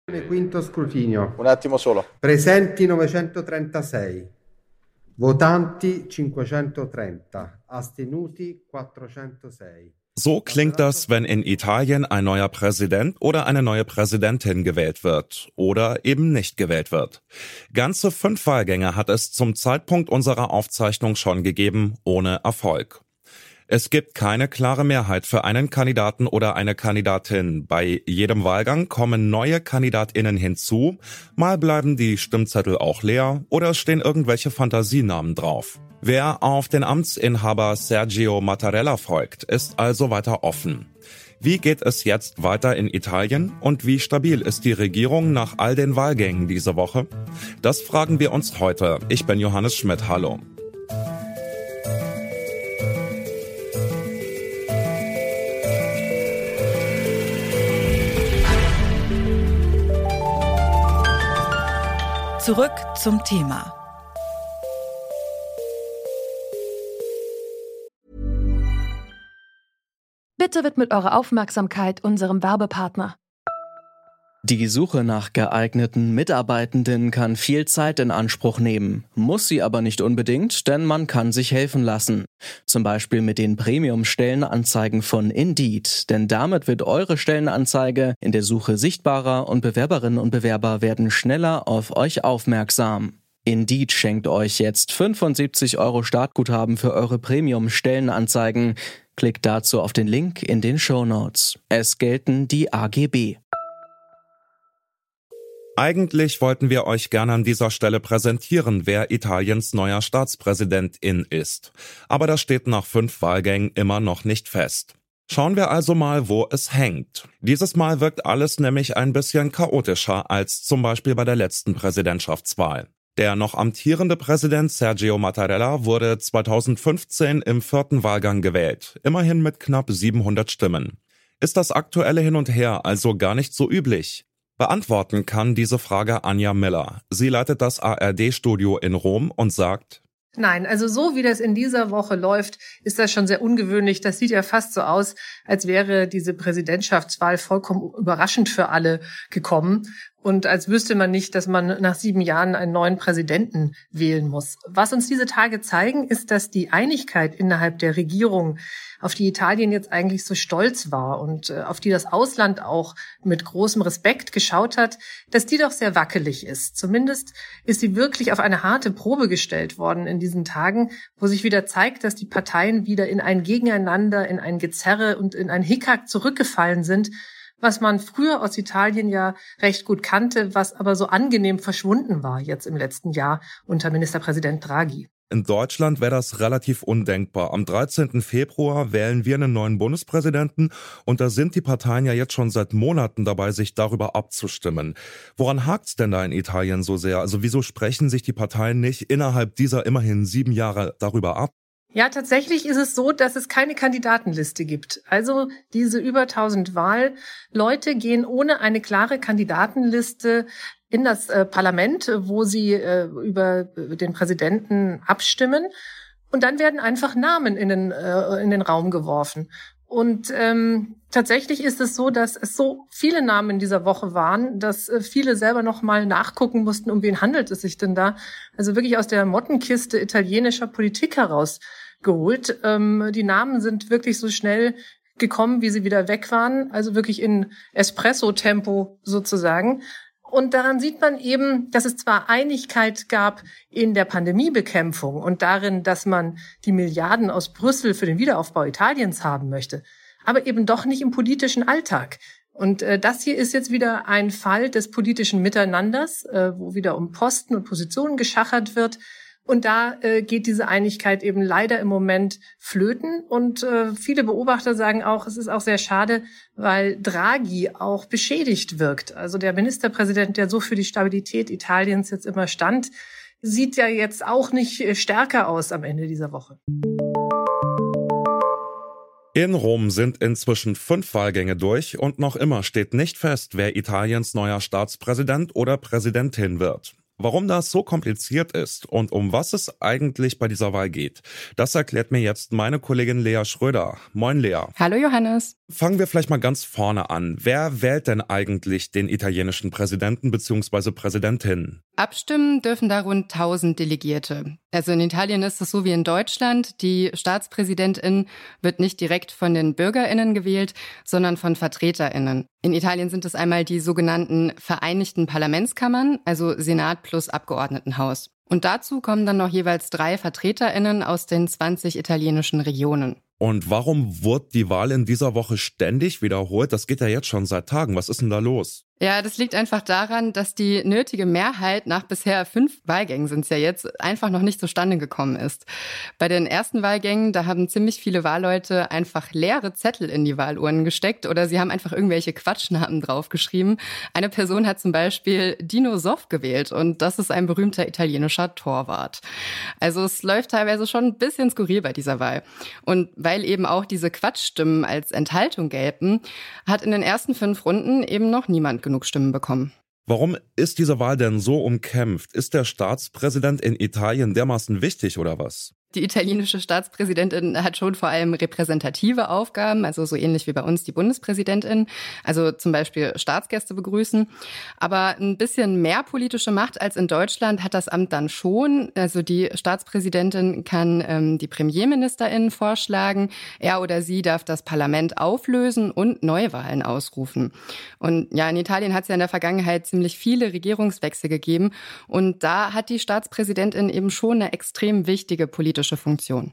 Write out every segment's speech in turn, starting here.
Quinto scrutinio. Un attimo solo. Presenti 936, votanti 530, astenuti 406. So klingt das, wenn in Italien ein neuer Präsident oder eine neue Präsidentin gewählt wird oder eben nicht gewählt wird. Ganze 5 Wahlgänge hat es zum Zeitpunkt unserer Aufzeichnung schon gegeben, ohne Erfolg. Es gibt keine klare Mehrheit für einen Kandidaten oder eine Kandidatin. Bei jedem Wahlgang kommen neue KandidatInnen hinzu, mal bleiben die Stimmzettel auch leer oder es stehen irgendwelche Fantasienamen drauf. Wer auf den Amtsinhaber Sergio Mattarella folgt, ist also weiter offen. Wie geht es jetzt weiter in Italien und wie stabil ist die Regierung nach all den Wahlgängen diese Woche? Das fragen wir uns heute. Ich bin Johannes Schmidt, hallo. Zurück zum Thema. Bitte widmet eure Aufmerksamkeit unserem Werbepartner. Die Suche nach geeigneten Mitarbeitenden kann viel Zeit in Anspruch nehmen, muss sie aber nicht unbedingt, denn man kann sich helfen lassen. Zum Beispiel mit den Premium-Stellenanzeigen von Indeed, denn damit wird eure Stellenanzeige in der Suche sichtbarer und Bewerberinnen und Bewerber werden schneller auf euch aufmerksam. Indeed schenkt euch jetzt 75 € Startguthaben für eure Premium-Stellenanzeigen. Klickt dazu auf den Link in den Shownotes. Es gelten die AGB. Eigentlich wollten wir euch gerne an dieser Stelle präsentieren, wer Italiens neuer Staatspräsidentin ist. Aber das steht nach 5 Wahlgängen immer noch nicht fest. Schauen wir also mal, wo es hängt. Dieses Mal wirkt alles nämlich ein bisschen chaotischer als zum Beispiel bei der letzten Präsidentschaftswahl. Der noch amtierende Präsident Sergio Mattarella wurde 2015 im 4. Wahlgang gewählt, immerhin mit knapp 700 Stimmen. Ist das aktuelle Hin und Her also gar nicht so üblich? Beantworten kann diese Frage Anja Miller. Sie leitet das ARD-Studio in Rom und sagt: Nein, also so wie das in dieser Woche läuft, ist das schon sehr ungewöhnlich. Das sieht ja fast so aus, als wäre diese Präsidentschaftswahl vollkommen überraschend für alle gekommen und als wüsste man nicht, dass man nach 7 Jahren einen neuen Präsidenten wählen muss. Was uns diese Tage zeigen, ist, dass die Einigkeit innerhalb der Regierung, auf die Italien jetzt eigentlich so stolz war und auf die das Ausland auch mit großem Respekt geschaut hat, dass die doch sehr wackelig ist. Zumindest ist sie wirklich auf eine harte Probe gestellt worden in diesen Tagen, wo sich wieder zeigt, dass die Parteien wieder in ein Gegeneinander, in ein Gezerre und in ein Hickhack zurückgefallen sind, was man früher aus Italien ja recht gut kannte, was aber so angenehm verschwunden war jetzt im letzten Jahr unter Ministerpräsident Draghi. In Deutschland wäre das relativ undenkbar. Am 13. Februar wählen wir einen neuen Bundespräsidenten und da sind die Parteien ja jetzt schon seit Monaten dabei, sich darüber abzustimmen. Woran hakt's denn da in Italien so sehr? Also wieso sprechen sich die Parteien nicht innerhalb dieser immerhin 7 Jahre darüber ab? Ja, tatsächlich ist es so, dass es keine Kandidatenliste gibt. Also diese über 1000 Wahlleute gehen ohne eine klare Kandidatenliste in das Parlament, wo sie über den Präsidenten abstimmen. Und dann werden einfach Namen in den Raum geworfen. Und tatsächlich ist es so, dass es so viele Namen in dieser Woche waren, dass viele selber noch mal nachgucken mussten, um wen handelt es sich denn da. Also wirklich aus der Mottenkiste italienischer Politik herausgeholt. Die Namen sind wirklich so schnell gekommen, wie sie wieder weg waren. Also wirklich in Espresso-Tempo sozusagen. Und daran sieht man eben, dass es zwar Einigkeit gab in der Pandemiebekämpfung und darin, dass man die Milliarden aus Brüssel für den Wiederaufbau Italiens haben möchte, aber eben doch nicht im politischen Alltag. Und das hier ist jetzt wieder ein Fall des politischen Miteinanders, wo wieder um Posten und Positionen geschachert wird. Und da geht diese Einigkeit eben leider im Moment flöten. Und viele Beobachter sagen auch, es ist auch sehr schade, weil Draghi auch beschädigt wirkt. Also der Ministerpräsident, der so für die Stabilität Italiens jetzt immer stand, sieht ja jetzt auch nicht stärker aus am Ende dieser Woche. In Rom sind inzwischen 5 Wahlgänge durch und noch immer steht nicht fest, wer Italiens neuer Staatspräsident oder Präsidentin wird. Warum das so kompliziert ist und um was es eigentlich bei dieser Wahl geht, das erklärt mir jetzt meine Kollegin Lea Schröder. Moin Lea. Hallo Johannes. Fangen wir vielleicht mal ganz vorne an. Wer wählt denn eigentlich den italienischen Präsidenten bzw. Präsidentin? Abstimmen dürfen da rund 1000 Delegierte. Also in Italien ist es so wie in Deutschland. Die Staatspräsidentin wird nicht direkt von den BürgerInnen gewählt, sondern von VertreterInnen. In Italien sind es einmal die sogenannten Vereinigten Parlamentskammern, also Senat plus Abgeordnetenhaus. Und dazu kommen dann noch jeweils 3 VertreterInnen aus den 20 italienischen Regionen. Und warum wird die Wahl in dieser Woche ständig wiederholt? Das geht ja jetzt schon seit Tagen. Was ist denn da los? Ja, das liegt einfach daran, dass die nötige Mehrheit nach bisher 5 Wahlgängen sind es ja jetzt einfach noch nicht zustande gekommen ist. Bei den ersten Wahlgängen, da haben ziemlich viele Wahlleute einfach leere Zettel in die Wahlurnen gesteckt oder sie haben einfach irgendwelche Quatschnamen draufgeschrieben. Eine Person hat zum Beispiel Dino Zoff gewählt und das ist ein berühmter italienischer Torwart. Also es läuft teilweise schon ein bisschen skurril bei dieser Wahl. Und weil eben auch diese Quatschstimmen als Enthaltung gelten, hat in den ersten 5 Runden eben noch niemand genug Stimmen bekommen. Warum ist diese Wahl denn so umkämpft? Ist der Staatspräsident in Italien dermaßen wichtig oder was? Die italienische Staatspräsidentin hat schon vor allem repräsentative Aufgaben, also so ähnlich wie bei uns die Bundespräsidentin, also zum Beispiel Staatsgäste begrüßen. Aber ein bisschen mehr politische Macht als in Deutschland hat das Amt dann schon. Also die Staatspräsidentin kann die PremierministerInnen vorschlagen. Er oder sie darf das Parlament auflösen und Neuwahlen ausrufen. Und ja, in Italien hat es ja in der Vergangenheit ziemlich viele Regierungswechsel gegeben. Und da hat die Staatspräsidentin eben schon eine extrem wichtige politische Funktion.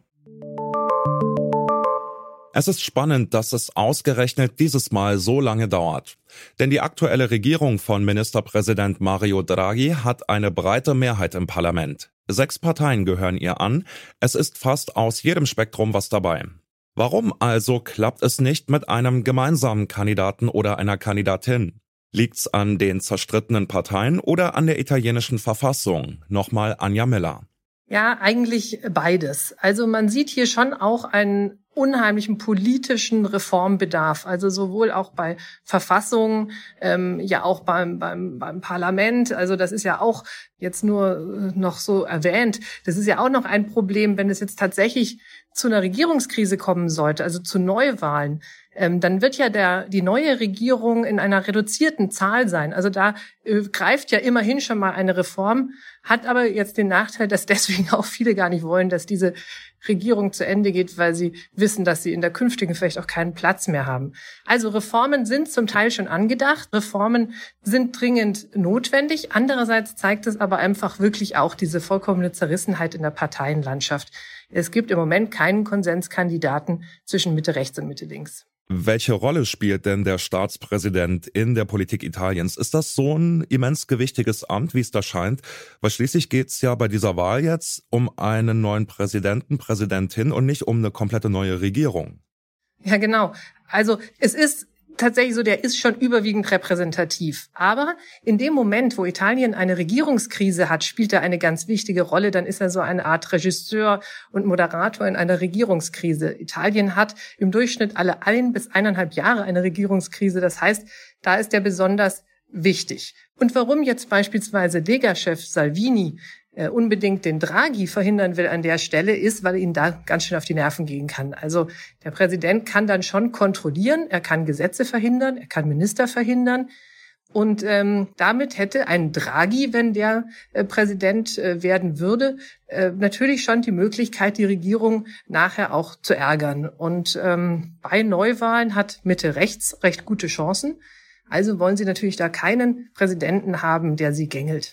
Es ist spannend, dass es ausgerechnet dieses Mal so lange dauert. Denn die aktuelle Regierung von Ministerpräsident Mario Draghi hat eine breite Mehrheit im Parlament. 6 Parteien gehören ihr an. Es ist fast aus jedem Spektrum was dabei. Warum also klappt es nicht mit einem gemeinsamen Kandidaten oder einer Kandidatin? Liegt's an den zerstrittenen Parteien oder an der italienischen Verfassung? Nochmal Anja Miller. Ja, eigentlich beides. Also man sieht hier schon auch einen unheimlichen politischen Reformbedarf. Also sowohl auch bei Verfassungen, ja auch beim Parlament. Also das ist ja auch jetzt nur noch so erwähnt. Das ist ja auch noch ein Problem, wenn es jetzt tatsächlich zu einer Regierungskrise kommen sollte, also zu Neuwahlen. Dann wird ja die neue Regierung in einer reduzierten Zahl sein. Also da greift ja immerhin schon mal eine Reform, hat aber jetzt den Nachteil, dass deswegen auch viele gar nicht wollen, dass diese Regierung zu Ende geht, weil sie wissen, dass sie in der künftigen vielleicht auch keinen Platz mehr haben. Also Reformen sind zum Teil schon angedacht. Reformen sind dringend notwendig. Andererseits zeigt es aber einfach wirklich auch diese vollkommene Zerrissenheit in der Parteienlandschaft. Es gibt im Moment keinen Konsenskandidaten zwischen Mitte rechts und Mitte links. Welche Rolle spielt denn der Staatspräsident in der Politik Italiens? Ist das so ein immens gewichtiges Amt, wie es da scheint? Weil schließlich geht es ja bei dieser Wahl jetzt um einen neuen Präsidenten, Präsidentin und nicht um eine komplette neue Regierung. Ja, genau. Also es ist tatsächlich so, der ist schon überwiegend repräsentativ. Aber in dem Moment, wo Italien eine Regierungskrise hat, spielt er eine ganz wichtige Rolle. Dann ist er so eine Art Regisseur und Moderator in einer Regierungskrise. Italien hat im Durchschnitt alle 1 bis 1,5 Jahre eine Regierungskrise. Das heißt, da ist er besonders wichtig. Und warum jetzt beispielsweise Lega-Chef Salvini unbedingt den Draghi verhindern will an der Stelle, ist, weil er ihn da ganz schön auf die Nerven gehen kann. Also der Präsident kann dann schon kontrollieren, er kann Gesetze verhindern, er kann Minister verhindern. Und damit hätte ein Draghi, wenn der Präsident werden würde, natürlich schon die Möglichkeit, die Regierung nachher auch zu ärgern. Und bei Neuwahlen hat Mitte rechts recht gute Chancen. Also wollen sie natürlich da keinen Präsidenten haben, der sie gängelt.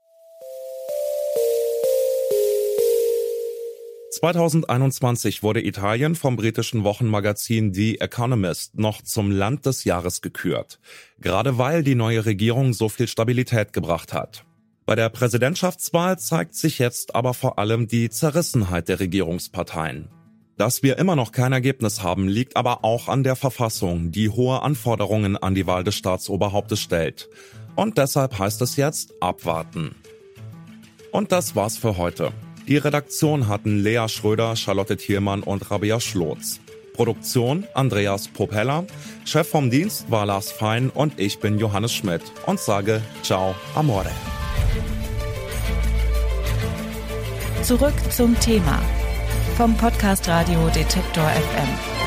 2021 wurde Italien vom britischen Wochenmagazin The Economist noch zum Land des Jahres gekürt. Gerade weil die neue Regierung so viel Stabilität gebracht hat. Bei der Präsidentschaftswahl zeigt sich jetzt aber vor allem die Zerrissenheit der Regierungsparteien. Dass wir immer noch kein Ergebnis haben, liegt aber auch an der Verfassung, die hohe Anforderungen an die Wahl des Staatsoberhauptes stellt. Und deshalb heißt es jetzt abwarten. Und das war's für heute. Die Redaktion hatten Lea Schröder, Charlotte Thielmann und Rabea Schlotz. Produktion Andreas Popella, Chef vom Dienst war Lars Fein und ich bin Johannes Schmidt und sage Ciao, Amore. Zurück zum Thema vom Podcast Radio Detektor FM.